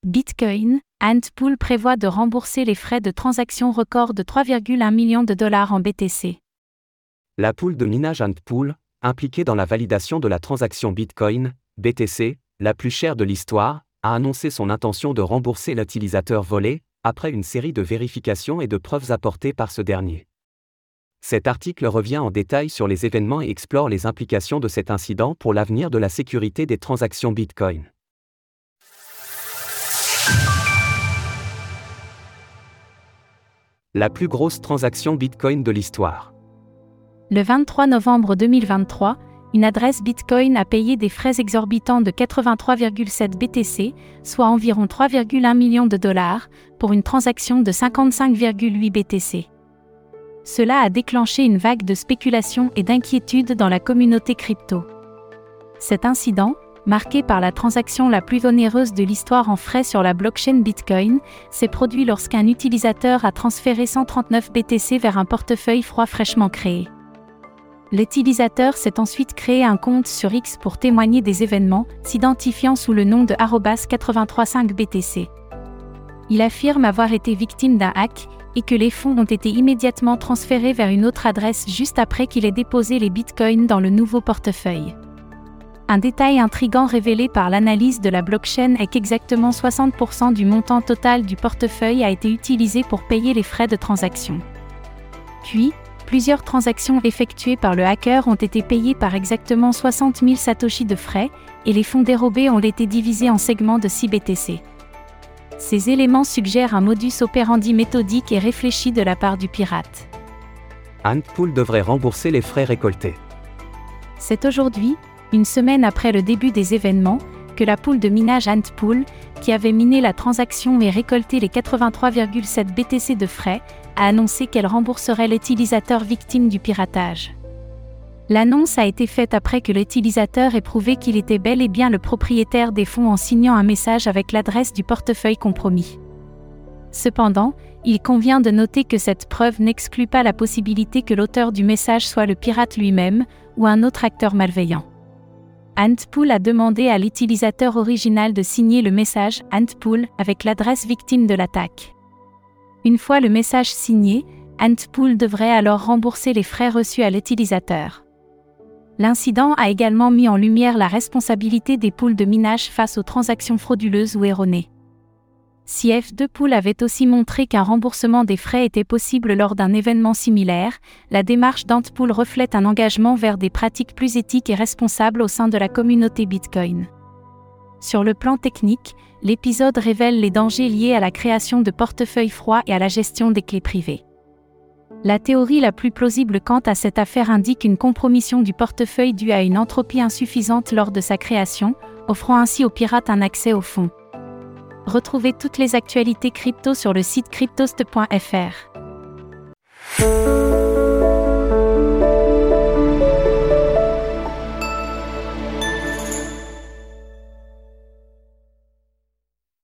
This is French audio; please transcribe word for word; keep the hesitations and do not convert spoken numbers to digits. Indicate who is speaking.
Speaker 1: Bitcoin, Antpool prévoit de rembourser les frais de transaction record de trois virgule un millions de dollars en B T C.
Speaker 2: La pool de minage Antpool, impliquée dans la validation de la transaction Bitcoin, B T C, la plus chère de l'histoire, a annoncé son intention de rembourser l'utilisateur volé, après une série de vérifications et de preuves apportées par ce dernier. Cet article revient en détail sur les événements et explore les implications de cet incident pour l'avenir de la sécurité des transactions Bitcoin. La plus grosse transaction Bitcoin de l'histoire.
Speaker 1: Le vingt-trois novembre deux mille vingt-trois, une adresse Bitcoin a payé des frais exorbitants de quatre-vingt-trois virgule sept B T C, soit environ trois virgule un millions de dollars, pour une transaction de cinquante-cinq virgule huit B T C. Cela a déclenché une vague de spéculation et d'inquiétude dans la communauté crypto. Cet incident, marqué par la transaction la plus onéreuse de l'histoire en frais sur la blockchain Bitcoin, s'est produit lorsqu'un utilisateur a transféré cent trente-neuf B T C vers un portefeuille froid fraîchement créé. L'utilisateur s'est ensuite créé un compte sur X pour témoigner des événements, s'identifiant sous le nom de arobase quatre-vingt-trois virgule cinq B T C. Il affirme avoir été victime d'un hack, et que les fonds ont été immédiatement transférés vers une autre adresse juste après qu'il ait déposé les bitcoins dans le nouveau portefeuille. Un détail intrigant révélé par l'analyse de la blockchain est qu'exactement soixante pour cent du montant total du portefeuille a été utilisé pour payer les frais de transaction. Puis, plusieurs transactions effectuées par le hacker ont été payées par exactement soixante mille satoshis de frais, et les fonds dérobés ont été divisés en segments de six B T C. Ces éléments suggèrent un modus operandi méthodique et réfléchi de la part du pirate.
Speaker 2: Antpool devrait rembourser les frais récoltés.
Speaker 1: C'est aujourd'hui, une semaine après le début des événements, que la pool de minage Antpool, qui avait miné la transaction et récolté les quatre-vingt-trois virgule sept B T C de frais, a annoncé qu'elle rembourserait l'utilisateur victime du piratage. L'annonce a été faite après que l'utilisateur ait prouvé qu'il était bel et bien le propriétaire des fonds en signant un message avec l'adresse du portefeuille compromis. Cependant, il convient de noter que cette preuve n'exclut pas la possibilité que l'auteur du message soit le pirate lui-même, ou un autre acteur malveillant. Antpool a demandé à l'utilisateur original de signer le message Antpool avec l'adresse victime de l'attaque. Une fois le message signé, Antpool devrait alors rembourser les frais reçus à l'utilisateur. L'incident a également mis en lumière la responsabilité des pools de minage face aux transactions frauduleuses ou erronées. Si F deux Pool avait aussi montré qu'un remboursement des frais était possible lors d'un événement similaire, la démarche d'Antpool reflète un engagement vers des pratiques plus éthiques et responsables au sein de la communauté Bitcoin. Sur le plan technique, l'épisode révèle les dangers liés à la création de portefeuilles froids et à la gestion des clés privées. La théorie la plus plausible quant à cette affaire indique une compromission du portefeuille due à une entropie insuffisante lors de sa création, offrant ainsi aux pirates un accès aux fonds. Retrouvez toutes les actualités crypto sur le site cryptost point f r.